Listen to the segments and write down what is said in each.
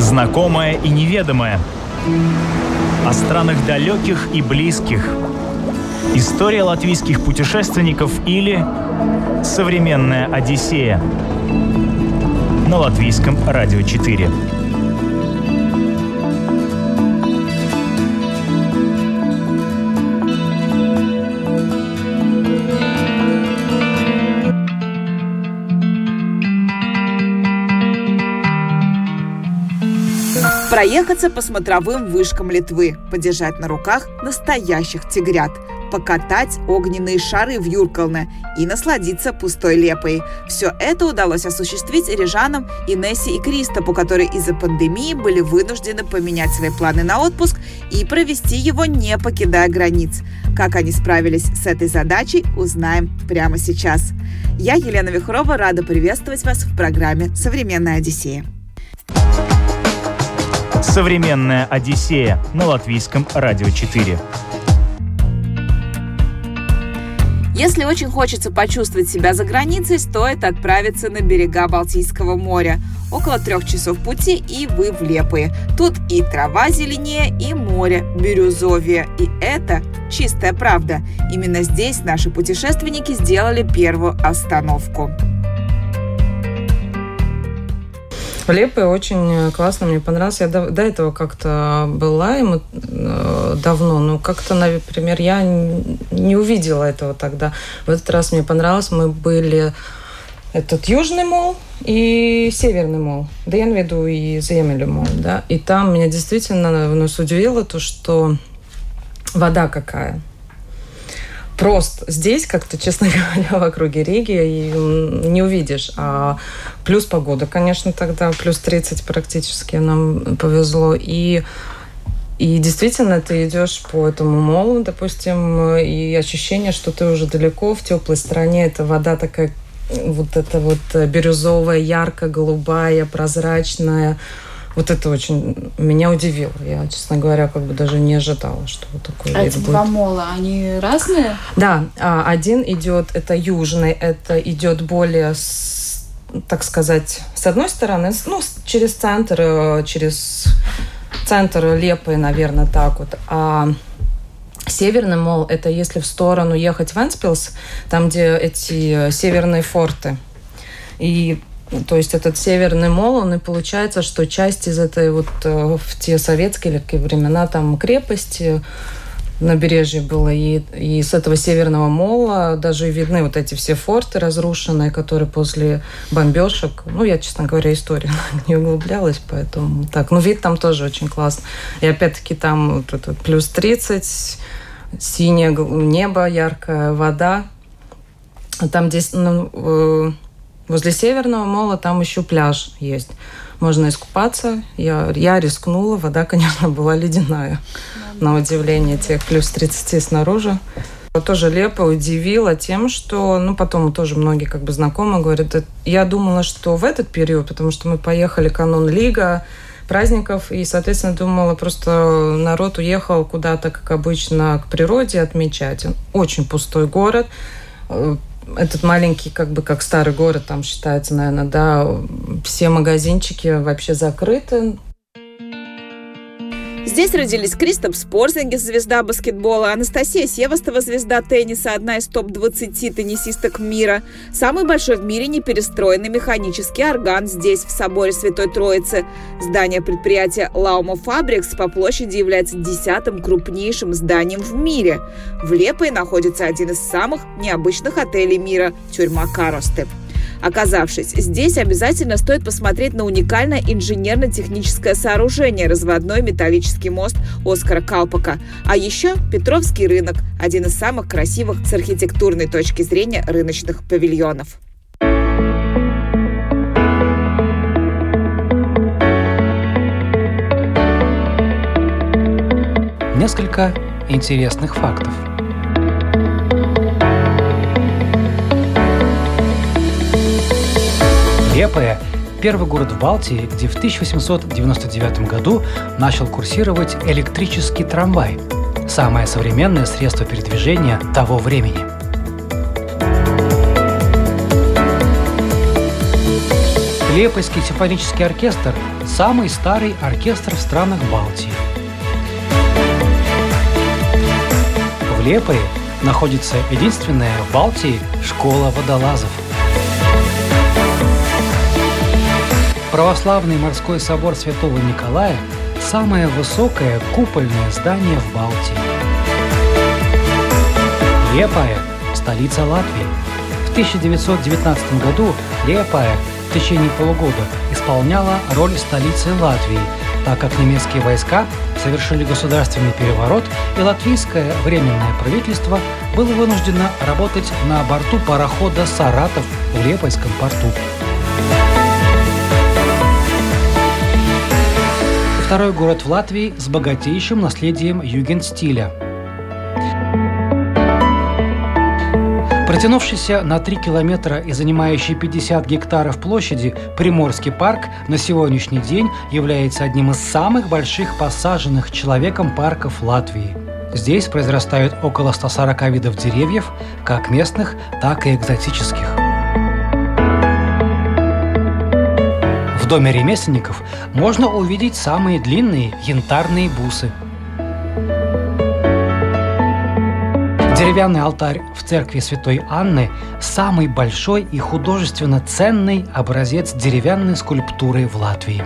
Знакомое и неведомое. О странах далеких и близких. История латвийских путешественников или современная Одиссея. На Латвийском радио 4. Проехаться по смотровым вышкам Литвы, подержать на руках настоящих тигрят, покатать огненные шары в Юркалне и насладиться пустой Лепой. Все это удалось осуществить рижанам Инессе и Кристопу, которые из-за пандемии были вынуждены поменять свои планы на отпуск и провести его, не покидая границ. Как они справились с этой задачей, узнаем прямо сейчас. Я, Елена Вихрова, рада приветствовать вас в программе «Современная Одиссея». Современная Одиссея на Латвийском радио 4. Если очень хочется почувствовать себя за границей, стоит отправиться на берега Балтийского моря. Около 3 часов пути, и вы в Лепое. Тут и трава зеленее, и море бирюзовее. И это чистая правда. Именно здесь наши путешественники сделали первую остановку. Лепое очень классно, мне понравилось. Я до этого как-то была ему давно, но как-то, например, я не увидела этого тогда. В этот раз мне понравилось. Мы были этот Южный мол и Северный мол, Dienvidu и Ziemeļu мол, да. И там меня действительно нас удивило то, что вода какая. Просто здесь как-то, честно говоря, в округе Риги не увидишь. А плюс погода, конечно, тогда плюс 30 практически нам повезло. И действительно ты идешь по этому молу, допустим, и ощущение, что ты уже далеко, в теплой стране. Эта вода такая вот эта вот бирюзовая, ярко-голубая, прозрачная. Вот это очень меня удивило. Я, честно говоря, как бы даже не ожидала, что вот такой вид будет. Два мола, они разные? Да, один идет, это южный, это идет более, так сказать, с одной стороны, через центр Лепы, наверное, так вот. А северный мол, это если в сторону ехать в Вентспилс, там, где эти северные форты. И то есть этот северный мол, он и получается, что часть из этой вот в те советские времена там крепости на побережье было, и с этого северного мола даже видны вот эти все форты разрушенные, которые после бомбежек, я, честно говоря, историю не углублялась, поэтому так, вид там тоже очень классный. И опять-таки там вот плюс 30, синее небо, яркая вода. Там здесь, возле Северного мола там еще пляж есть. Можно искупаться. Я рискнула. Вода, конечно, была ледяная. На удивление тех плюс 30 снаружи. Тоже Лепа удивила тем, что... потом тоже многие знакомые говорят, я думала, что в этот период, потому что мы поехали канун Лига, праздников, и, соответственно, думала, просто народ уехал куда-то, как обычно, к природе отмечать. Очень пустой город. Этот маленький, как старый город, там считается, наверное, да, все магазинчики вообще закрыты. Здесь родились Кристоп Спорзингис, звезда баскетбола, Анастасия Севастова, звезда тенниса, одна из топ-20 теннисисток мира. Самый большой в мире неперестроенный механический орган здесь, в соборе Святой Троицы. Здание предприятия Lauma Fabrics по площади является 10-м крупнейшим зданием в мире. В Лепое находится один из самых необычных отелей мира – тюрьма Каросты. Оказавшись здесь, обязательно стоит посмотреть на уникальное инженерно-техническое сооружение – разводной металлический мост Оскара Калпака. А еще Петровский рынок – один из самых красивых с архитектурной точки зрения рыночных павильонов. Несколько интересных фактов. Лепое – первый город в Балтии, где в 1899 году начал курсировать электрический трамвай – самое современное средство передвижения того времени. Лиепойский симфонический оркестр – самый старый оркестр в странах Балтии. В Лиепое находится единственная в Балтии школа водолазов. Православный морской собор Святого Николая – самое высокое купольное здание в Балтии. Лиепая – столица Латвии. В 1919 году Лиепая в течение полугода исполняла роль столицы Латвии, так как немецкие войска совершили государственный переворот, и латвийское временное правительство было вынуждено работать на борту парохода «Саратов» в Лиепойском порту. Второй город в Латвии с богатейшим наследием югенстиля. Протянувшийся на 3 километра и занимающий 50 гектаров площади Приморский парк на сегодняшний день является одним из самых больших посаженных человеком парков Латвии. Здесь произрастают около 140 видов деревьев, как местных, так и экзотических. В доме ремесленников можно увидеть самые длинные янтарные бусы. Деревянный алтарь в церкви Святой Анны – самый большой и художественно ценный образец деревянной скульптуры в Латвии.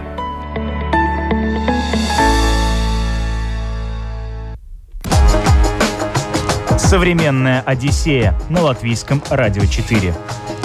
Современная Одиссея на Латвийском радио 4.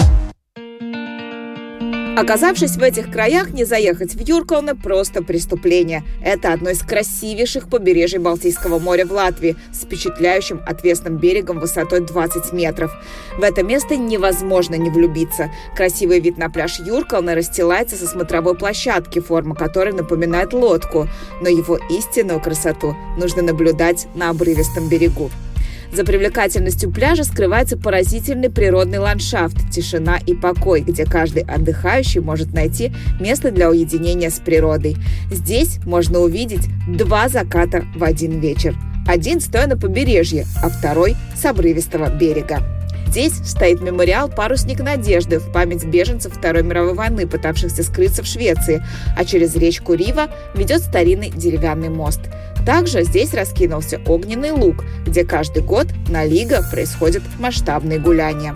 Оказавшись в этих краях, не заехать в Юркалне – просто преступление. Это одно из красивейших побережий Балтийского моря в Латвии с впечатляющим отвесным берегом высотой 20 метров. В это место невозможно не влюбиться. Красивый вид на пляж Юркалне расстилается со смотровой площадки, форма которой напоминает лодку. Но его истинную красоту нужно наблюдать на обрывистом берегу. За привлекательностью пляжа скрывается поразительный природный ландшафт, тишина и покой, где каждый отдыхающий может найти место для уединения с природой. Здесь можно увидеть 2 заката в один вечер. Один стоя на побережье, а второй с обрывистого берега. Здесь стоит мемориал «Парусник Надежды» в память беженцев Второй мировой войны, пытавшихся скрыться в Швеции, а через речку Рива ведет старинный деревянный мост. Также здесь раскинулся огненный луг, где каждый год на Лига происходят масштабные гуляния.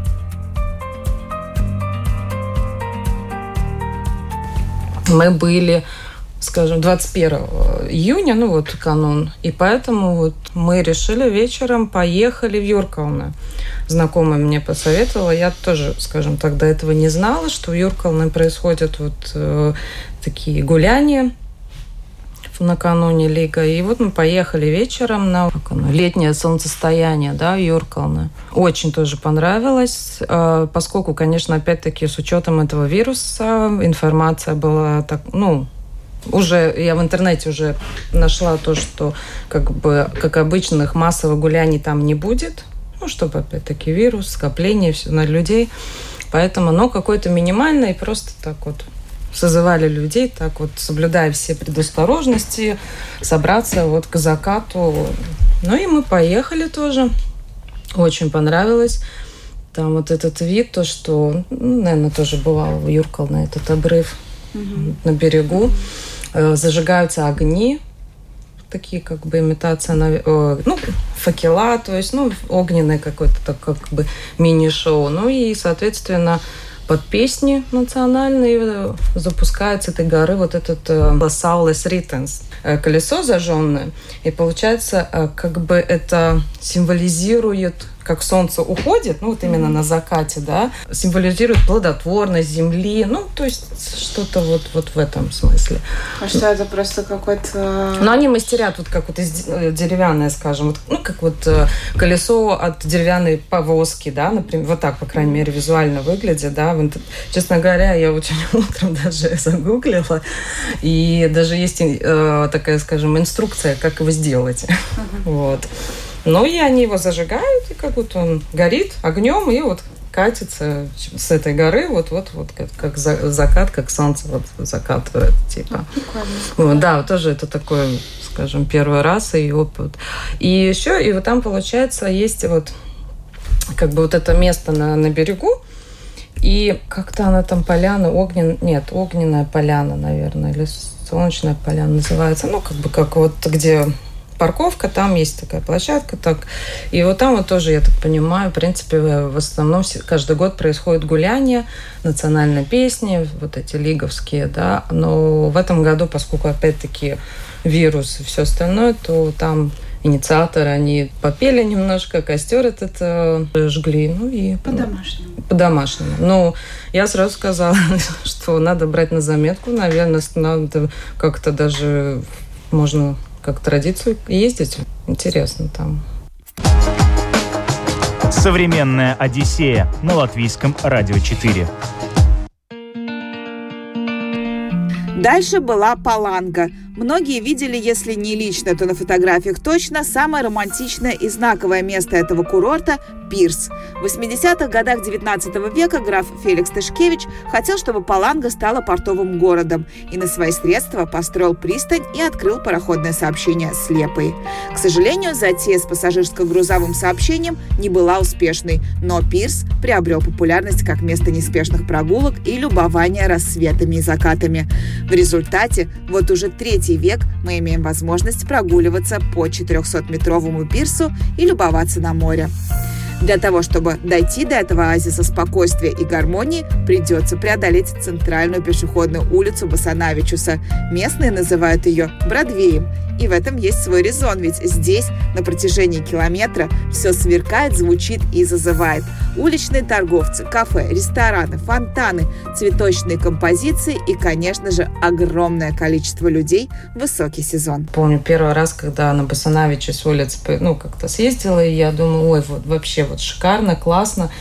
Мы были, скажем, 21 июня, канун, и поэтому мы решили вечером поехали в Юркалне. Знакомая мне посоветовала, я тоже, скажем так, до этого не знала, что в Юркалне происходят такие гуляния накануне Лига. И мы поехали вечером на летнее солнцестояние, в Юркалне. Очень тоже понравилось, поскольку, конечно, опять-таки с учетом этого вируса информация была уже я в интернете уже нашла то, что как обычных массовых гуляний там не будет, чтобы опять-таки вирус, скопление все на людей. Поэтому, какое-то минимальное, и просто так созывали людей, соблюдая все предосторожности, собраться к закату. И мы поехали тоже. Очень понравилось. Там этот вид, то, что, наверное, тоже бывал в Юркалне, этот обрыв на берегу. Зажигаются огни, такие имитация, факела, то есть, огненное какое-то мини-шоу. И, соответственно, под песни национальные запускают с этой горы этот Saules Ritens, колесо зажженное. И получается, это символизирует, как солнце уходит, именно на закате, символизирует плодотворность земли, то есть что-то в этом смысле. А что это просто какой-то... они мастерят из деревянное, скажем, колесо от деревянной повозки, например, так, по крайней мере, визуально выглядит, Честно говоря, я очень утром даже загуглила, и даже есть такая, скажем, инструкция, как его сделать. И они его зажигают, и он горит огнем, и катится с этой горы, как закат, как солнце закатывает, типа. Тоже это такой, скажем, первый раз и опыт. И еще, и там, получается, есть это место на берегу, И как-то она там поляна, огненная поляна, наверное, или солнечная поляна называется. Ну, как бы как вот где парковка, там есть такая площадка. Так. И вот там вот тоже, я так понимаю, в принципе, в основном каждый год происходит гуляние, национальные песни, вот эти лиговские, да. Но в этом году, поскольку опять-таки вирус и все остальное, то там инициаторы, они попели немножко, костер этот жгли. Ну и По-домашнему. По-домашнему. Ну, я сразу сказала, что надо брать на заметку, наверное, надо как-то даже, можно как традицию ездить. Интересно там. Современная Одиссея на Латвийском радио 4. Дальше была Паланга. Многие видели, если не лично, то на фотографиях точно, самое романтичное и знаковое место этого курорта – пирс. В 80-х годах 19 века граф Феликс Тышкевич хотел, чтобы Паланга стала портовым городом, и на свои средства построил пристань и открыл пароходное сообщение с Лепой. К сожалению, затея с пассажирско-грузовым сообщением не была успешной, но пирс приобрел популярность как место неспешных прогулок и любования рассветами и закатами. В результате, вот уже третий век мы имеем возможность прогуливаться по 400-метровому пирсу и любоваться на море. Для того, чтобы дойти до этого оазиса спокойствия и гармонии, придется преодолеть центральную пешеходную улицу Басанавичуса. Местные называют ее Бродвеем. И в этом есть свой резон, ведь здесь на протяжении километра все сверкает, звучит и зазывает. Уличные торговцы, кафе, рестораны, фонтаны, цветочные композиции и, конечно же, огромное количество людей в высокий сезон. Помню первый раз, когда на Басанавичус улице, как-то съездила, и я думаю, ой, вот вообще вот шикарно, классно.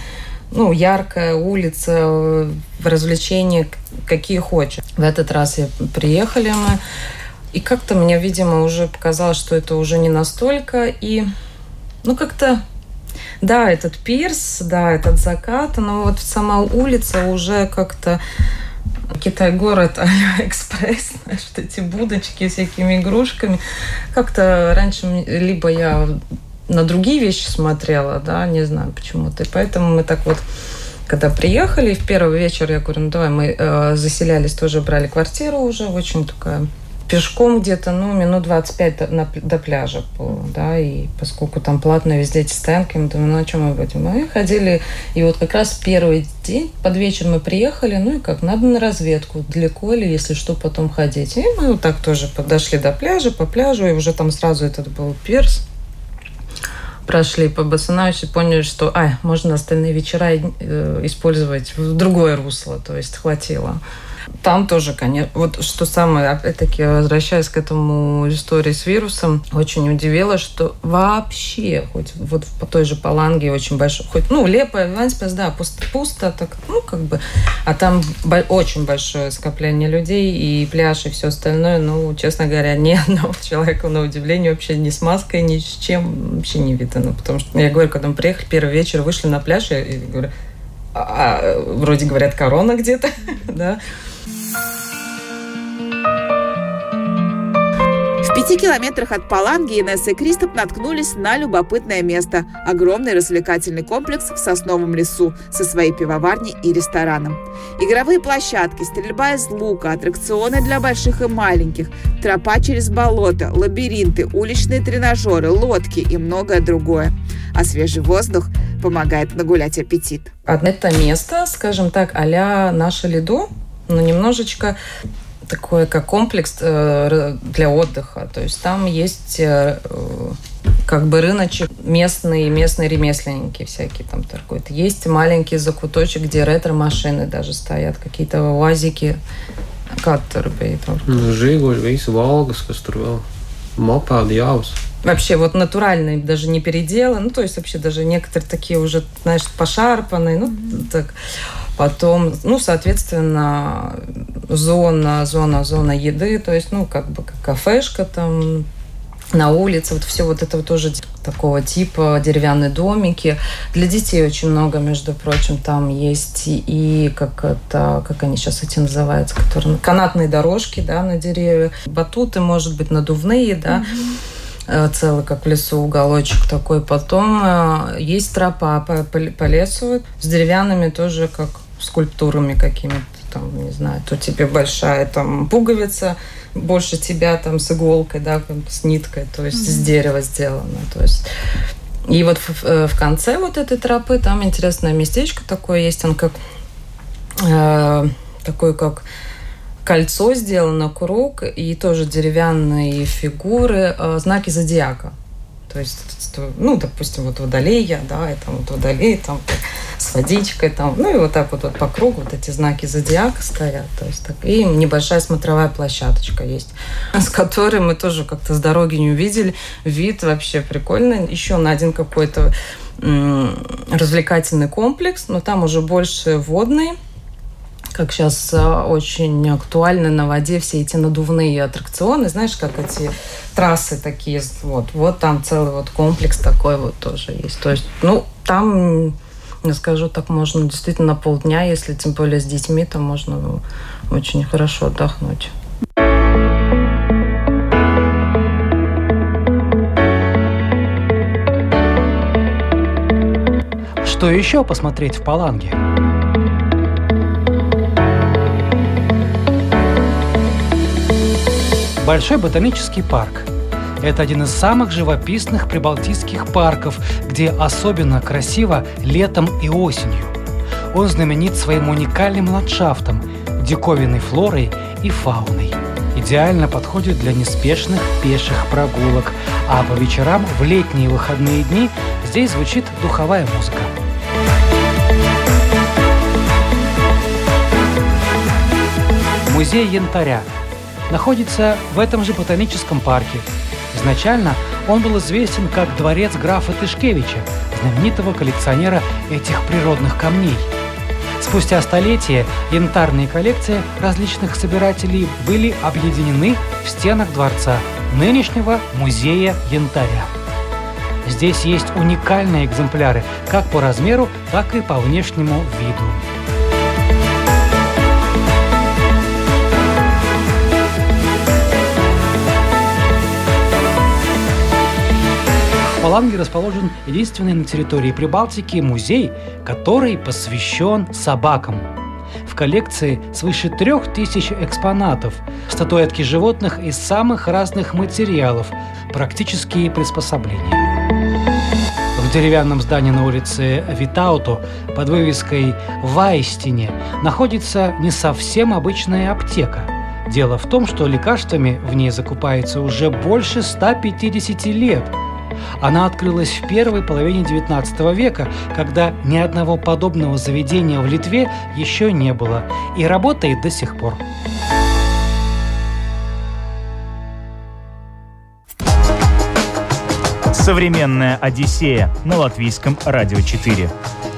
Яркая улица, развлечения какие хочешь. В этот раз приехали мы, и как-то мне, видимо, уже показалось, что это уже не настолько. И, как-то, да, этот пирс, да, этот закат, но вот сама улица уже как-то Китай-город, Алиэкспресс, знаешь, вот эти будочки с всякими игрушками. Как-то раньше либо я на другие вещи смотрела, да, не знаю почему-то. И поэтому мы так вот, когда приехали, в первый вечер я говорю, давай, мы заселялись, тоже брали квартиру уже, очень такая, пешком где-то, минут 25 до пляжа было, да, и поскольку там платно везде эти стоянки, мы думаем, о чем мы будем? Мы ходили, и вот как раз первый день, под вечер мы приехали, и как, надо на разведку, далеко ли, если что, потом ходить. И мы вот так тоже подошли до пляжа, по пляжу, и уже там сразу этот был пирс. Прошли по Басанавичу и поняли, что можно остальные вечера использовать в другое русло, то есть хватило. Там тоже, конечно, вот что самое, опять-таки, возвращаясь к этому истории с вирусом, очень удивило, что вообще, хоть вот по той же Паланге очень большой, хоть, Лепа, Венспилс, да, пусто, так, а там очень большое скопление людей, и пляж, и все остальное, честно говоря, ни одного человека, на удивление, вообще ни с маской, ни с чем, вообще не видно, потому что, я говорю, когда мы приехали, первый вечер вышли на пляж, я говорю, вроде говорят, корона где-то, да. В 5 километрах от Паланги Инесса и Кристоп наткнулись на любопытное место – огромный развлекательный комплекс в сосновом лесу со своей пивоварней и рестораном. Игровые площадки, стрельба из лука, аттракционы для больших и маленьких, тропа через болото, лабиринты, уличные тренажеры, лодки и многое другое. А свежий воздух помогает нагулять аппетит. Это место, скажем так, а-ля наше Лидо, но немножечко такой, как комплекс для отдыха. То есть там есть как бы рыночек, местные ремесленники всякие там торгуют. Есть маленький закуточек, где ретро-машины даже стоят, какие-то уазики, которые там. Žīguļi, visi valgas, kas tur vēl mopēdi jāuz. Вообще вот натуральные, даже не переделы, то есть вообще даже некоторые такие уже, знаешь, пошарпанные, так. Потом, соответственно, зона еды, то есть, как бы как кафешка там на улице, вот все вот это вот тоже такого типа деревянные домики. Для детей очень много, между прочим, там есть и как они сейчас эти называются, которые канатные дорожки, да, на деревья, батуты, может быть, надувные, да. Целый, как в лесу, уголочек такой. Потом есть тропа по лесу с деревянными тоже, как скульптурами какими-то, там, не знаю, то тебе большая там пуговица, больше тебя там с иголкой, да, с ниткой, то есть из дерева сделано, то есть. И вот в конце вот этой тропы там интересное местечко такое есть, он как такой как кольцо сделано, круг, и тоже деревянные фигуры, знаки зодиака. То есть, ну, допустим, вот Водолея, да, и там вот Водолей, там с водичкой, там, ну, и вот так вот по кругу вот эти знаки зодиака стоят. То есть, так, и небольшая смотровая площадочка есть, с которой мы тоже как-то с дороги не увидели. Вид вообще прикольный. Еще на один какой-то развлекательный комплекс, но там уже больше водный. Как сейчас очень актуальны на воде все эти надувные аттракционы, знаешь, как эти трассы такие, вот там целый вот комплекс такой вот тоже есть. То есть, ну, там, я скажу так, можно действительно на полдня, если тем более с детьми, там можно очень хорошо отдохнуть. Что еще посмотреть в Паланге? Большой ботанический парк. Это один из самых живописных прибалтийских парков, где особенно красиво летом и осенью. Он знаменит своим уникальным ландшафтом, диковинной флорой и фауной. Идеально подходит для неспешных пеших прогулок, а по вечерам в летние выходные дни здесь звучит духовая музыка. Музей янтаря находится в этом же ботаническом парке. Изначально он был известен как дворец графа Тышкевича, знаменитого коллекционера этих природных камней. Спустя столетия янтарные коллекции различных собирателей были объединены в стенах дворца, нынешнего музея янтаря. Здесь есть уникальные экземпляры как по размеру, так и по внешнему виду. В Паланге расположен единственный на территории Прибалтики музей, который посвящен собакам. В коллекции свыше 3000 экспонатов, статуэтки животных из самых разных материалов, практические приспособления. В деревянном здании на улице Витауто под вывеской «Вайстине» находится не совсем обычная аптека. Дело в том, что лекарствами в ней закупается уже больше 150 лет. Она открылась в первой половине XIX века, когда ни одного подобного заведения в Литве еще не было, и работает до сих пор. Современная Одиссея на Латвийском радио 4.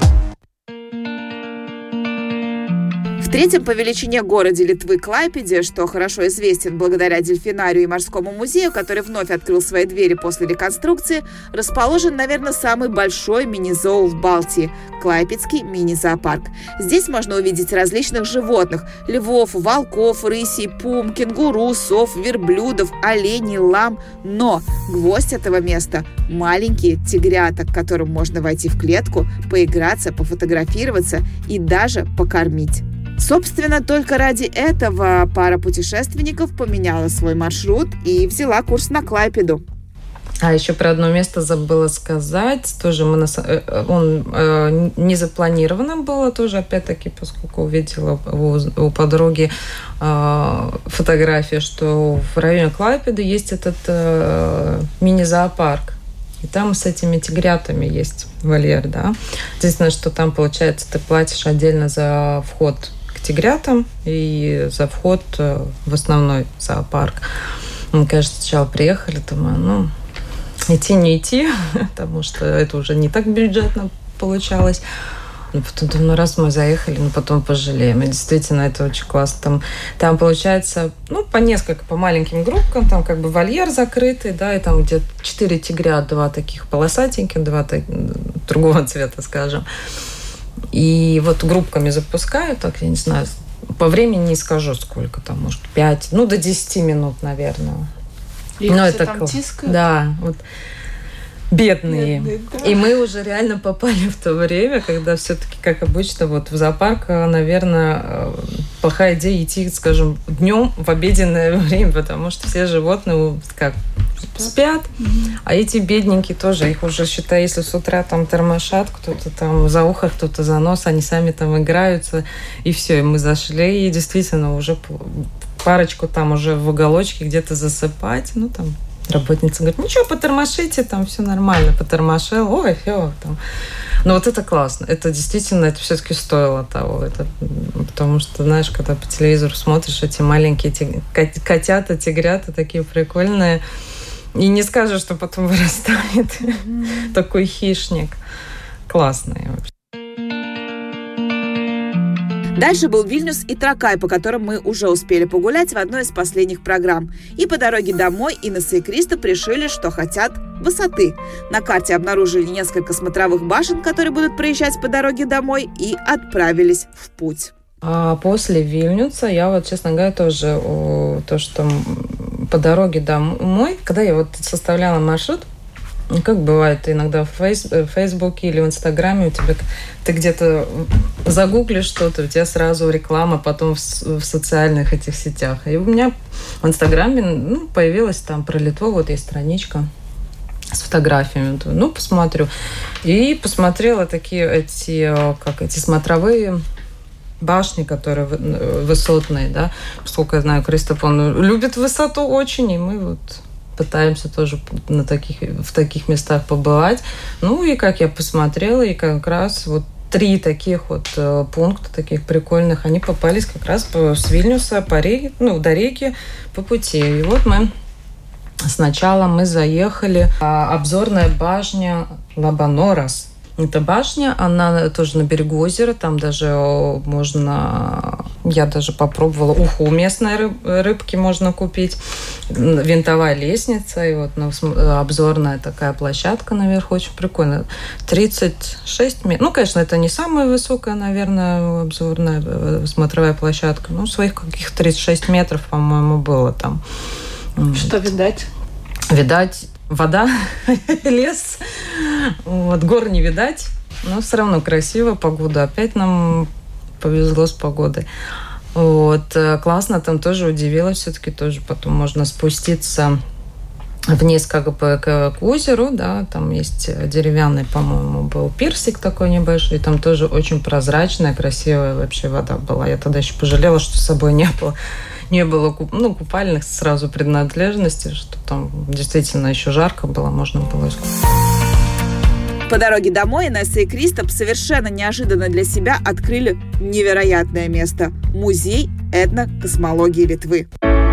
В третьем по величине городе Литвы Клайпеде, что хорошо известен благодаря дельфинарию и морскому музею, который вновь открыл свои двери после реконструкции, расположен, наверное, самый большой мини-зоо в Балтии – Клайпедский мини-зоопарк. Здесь можно увидеть различных животных – львов, волков, рысей, пум, кенгуру, сов, верблюдов, оленей, лам. Но гвоздь этого места – маленькие тигрята, к которым можно войти в клетку, поиграться, пофотографироваться и даже покормить. Собственно, только ради этого пара путешественников поменяла свой маршрут и взяла курс на Клайпеду. А еще про одно место забыла сказать. Тоже он не запланированным было, тоже опять-таки, поскольку увидела у подруги фотографии, что в районе Клайпеды есть этот мини-зоопарк. И там с этими тигрятами есть вольер, да. Единственное, что там, получается, ты платишь отдельно за вход к тигрятам и за вход в основной зоопарк. Мы, конечно, сначала приехали, думаю, идти не идти, потому что это уже не так бюджетно получалось. Но потом думаю, раз мы заехали, потом пожалеем. И действительно, это очень классно. Там получается, по маленьким группкам, там как бы вольер закрытый, да, и там где-то 4 тигря, 2 таких полосатеньких, 2 другого цвета, скажем. И вот группками запускают, так, я не знаю, по времени не скажу, сколько там, может, 5, до 10 минут, наверное. И это там тискают? Да, вот. Бедные. И мы уже реально попали в то время, когда все-таки, как обычно, вот в зоопарк, наверное, плохая идея идти, скажем, днем в обеденное время, потому что все животные как спят, а эти бедненькие тоже, их уже, считай, если с утра там тормошат, кто-то там за ухо, кто-то за нос, они сами там играются, и все, и мы зашли, и действительно уже парочку там уже в уголочке где-то засыпать, ну там работница говорит, ничего, потормошите, там все нормально, потормошил, ой, все там. Но вот это классно, это действительно, это все-таки стоило того, это, потому что, знаешь, когда по телевизору смотришь, эти маленькие котята, тигрята такие прикольные, и не скажешь, что потом вырастает такой хищник. Классный вообще. Дальше был Вильнюс и Тракай, по которым мы уже успели погулять в одной из последних программ. И по дороге домой Инесса и Кристоп решили, что хотят высоты. На карте обнаружили несколько смотровых башен, которые будут проезжать по дороге домой, и отправились в путь. А после Вильнюса я вот, честно говоря, тоже то, что по дороге домой, когда я вот составляла маршрут, как бывает иногда в Фейсбуке или в Инстаграме, у тебя ты где-то загуглишь что-то, у тебя сразу реклама, потом в социальных этих сетях. И у меня в Инстаграме появилась там про Литву, вот есть страничка с фотографиями. Ну, посмотрю. И посмотрела такие эти смотровые башни, которые высотные, да. Поскольку я знаю, Кристоп, он любит высоту очень, и мы вот пытаемся тоже в таких местах побывать. Ну, и как я посмотрела, и как раз вот 3 таких вот пункта, таких прикольных, они попались как раз с Вильнюса до реки по пути. И вот сначала мы заехали, обзорная башня Лабанорас. Эта башня, она тоже на берегу озера, там даже я даже попробовала, уху местной рыбки можно купить, винтовая лестница, и вот обзорная такая площадка наверху, очень прикольно. 36 метров. Ну, конечно, это не самая высокая, наверное, обзорная смотровая площадка, своих каких-то 36 метров, по-моему, было там. Что видать? Видать вода, лес, вот, гор не видать, но все равно красиво, погода. Опять нам повезло с погодой. Вот, классно, там тоже удивилась, все-таки тоже потом можно спуститься вниз как бы к озеру, да, там есть деревянный, по-моему, был пирсик такой небольшой, там тоже очень прозрачная, красивая вообще вода была. Я тогда еще пожалела, что с собой не было купальных сразу принадлежностей, что там действительно еще жарко было, можно было искупаться. По дороге домой Инесса и Кристоп совершенно неожиданно для себя открыли невероятное место – музей этнокосмологии Литвы.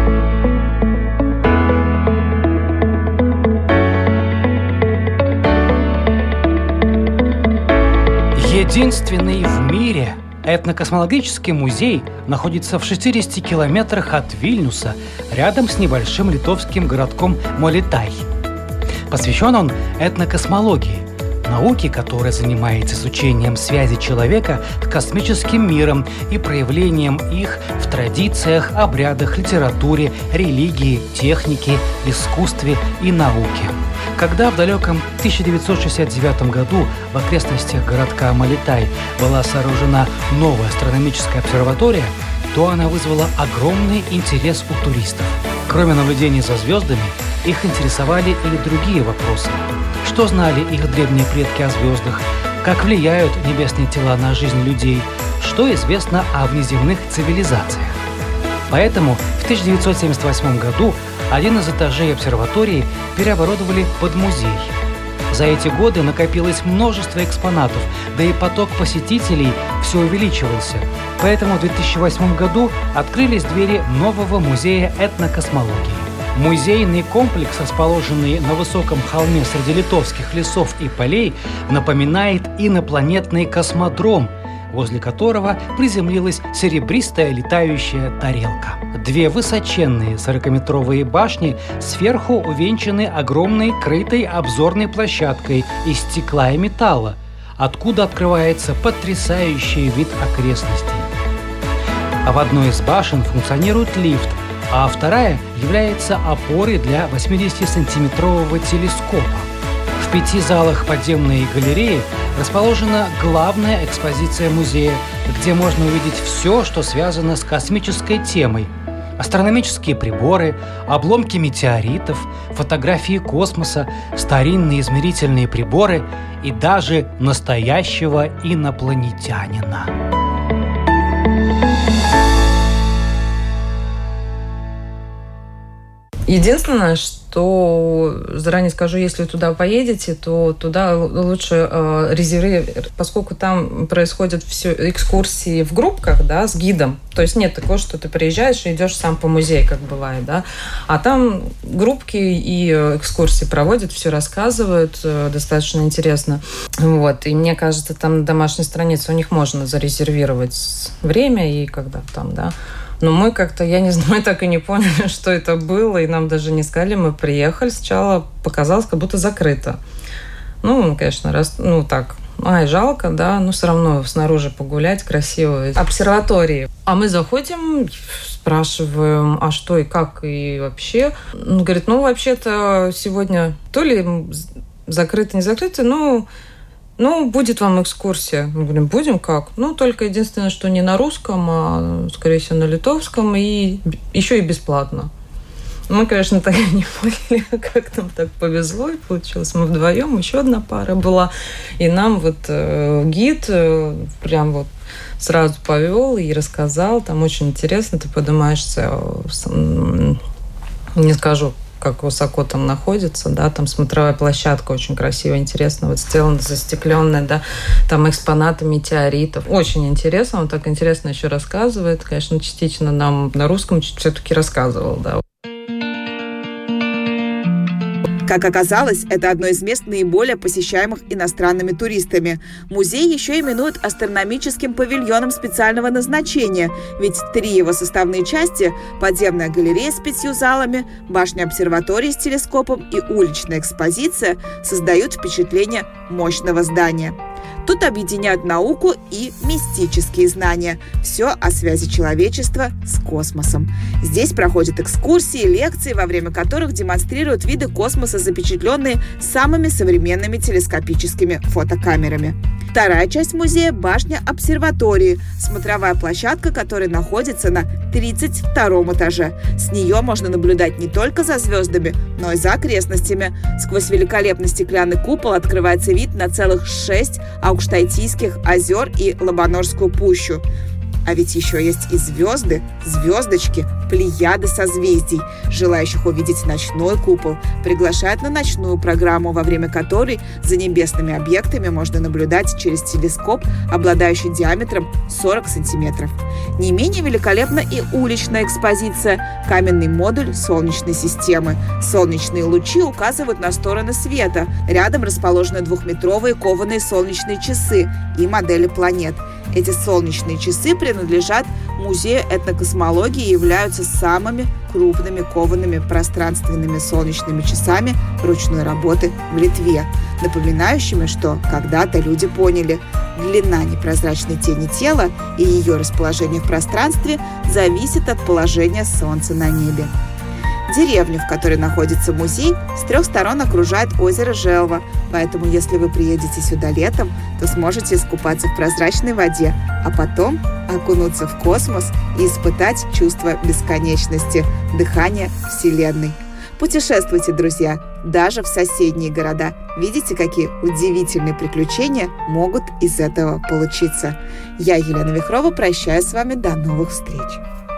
Единственный в мире этнокосмологический музей находится в 60 километрах от Вильнюса, рядом с небольшим литовским городком Молитай. Посвящен он этнокосмологии, науке, которая занимается изучением связи человека с космическим миром и проявлением их в традициях, обрядах, литературе, религии, технике, искусстве и науке. Когда в далеком 1969 году в окрестностях городка Молитай была сооружена новая астрономическая обсерватория, то она вызвала огромный интерес у туристов. Кроме наблюдений за звездами, их интересовали и другие вопросы. Что знали их древние предки о звездах? Как влияют небесные тела на жизнь людей? Что известно о внеземных цивилизациях? Поэтому в 1978 году один из этажей обсерватории переоборудовали под музей. За эти годы накопилось множество экспонатов, да и поток посетителей все увеличивался. Поэтому в 2008 году открылись двери нового музея этнокосмологии. Музейный комплекс, расположенный на высоком холме среди литовских лесов и полей, напоминает инопланетный космодром, возле которого приземлилась серебристая летающая тарелка. 2 высоченные 40-метровые башни сверху увенчаны огромной крытой обзорной площадкой из стекла и металла, откуда открывается потрясающий вид окрестностей. А в одной из башен функционирует лифт, а вторая является опорой для 80-сантиметрового телескопа. В 5 залах подземной галереи расположена главная экспозиция музея, где можно увидеть все, что связано с космической темой. Астрономические приборы, обломки метеоритов, фотографии космоса, старинные измерительные приборы и даже настоящего инопланетянина. Единственное, что заранее скажу, если туда поедете, то туда лучше резервировать, поскольку там происходят все экскурсии в группках, да, с гидом. То есть нет такого, что ты приезжаешь и идешь сам по музею, как бывает, да. А там группки и экскурсии проводят, все рассказывают, достаточно интересно. Вот. И мне кажется, там на домашней странице у них можно зарезервировать время и когда там, да. Но мы как-то, я не знаю, мы так и не поняли, что это было, и нам даже не сказали. Мы приехали, сначала показалось, как будто закрыто. Ну, конечно, так, жалко, да, но все равно снаружи погулять красиво. Обсерватории. А мы заходим, спрашиваем, а что и как, и вообще. Он говорит, вообще-то сегодня то ли закрыто, не закрыто, будет вам экскурсия. Мы говорим, будем как? Только единственное, что не на русском, а, скорее всего, на литовском, и еще и бесплатно. Мы, конечно, так и не поняли, как нам так повезло, и получилось. Мы вдвоем, еще одна пара была, и нам гид прям сразу повел и рассказал. Там очень интересно, ты поднимаешься, не скажу, как высоко там находится, да, там смотровая площадка очень красивая, интересно, сделана, застекленная, да, там экспонаты метеоритов. Очень интересно, он так интересно еще рассказывает, конечно, частично нам на русском все-таки рассказывал, да. Как оказалось, это одно из мест наиболее посещаемых иностранными туристами. Музей еще именуют астрономическим павильоном специального назначения, ведь 3 его составные части – подземная галерея с 5 залами, башня обсерватории с телескопом и уличная экспозиция – создают впечатление мощного здания. Тут объединяют науку и мистические знания. Все о связи человечества с космосом. Здесь проходят экскурсии, лекции, во время которых демонстрируют виды космоса, запечатленные самыми современными телескопическими фотокамерами. Вторая часть музея – башня обсерватории, смотровая площадка, которая находится на 32-м этаже. С нее можно наблюдать не только за звездами, но и за окрестностями. Сквозь великолепный стеклянный купол открывается вид на целых 6 Аукштайтийских озер и Лобанорскую пущу. А ведь еще есть и звезды, звездочки, плеяды созвездий. Желающих увидеть ночной купол приглашают на ночную программу, во время которой за небесными объектами можно наблюдать через телескоп, обладающий диаметром 40 сантиметров. Не менее великолепна и уличная экспозиция – каменный модуль Солнечной системы. Солнечные лучи указывают на стороны света. Рядом расположены 2-метровые кованые солнечные часы и модели планет. Эти солнечные часы принадлежат Музею этнокосмологии и являются самыми крупными коваными пространственными солнечными часами ручной работы в Литве, напоминающими, что когда-то люди поняли, длина непрозрачной тени тела и ее расположение в пространстве зависит от положения Солнца на небе. Деревню, в которой находится музей, с 3 сторон окружает озеро Желва, поэтому если вы приедете сюда летом, то сможете искупаться в прозрачной воде, а потом окунуться в космос и испытать чувство бесконечности, дыхания Вселенной. Путешествуйте, друзья, даже в соседние города. Видите, какие удивительные приключения могут из этого получиться. Я, Елена Вихрова, прощаюсь с вами. До новых встреч.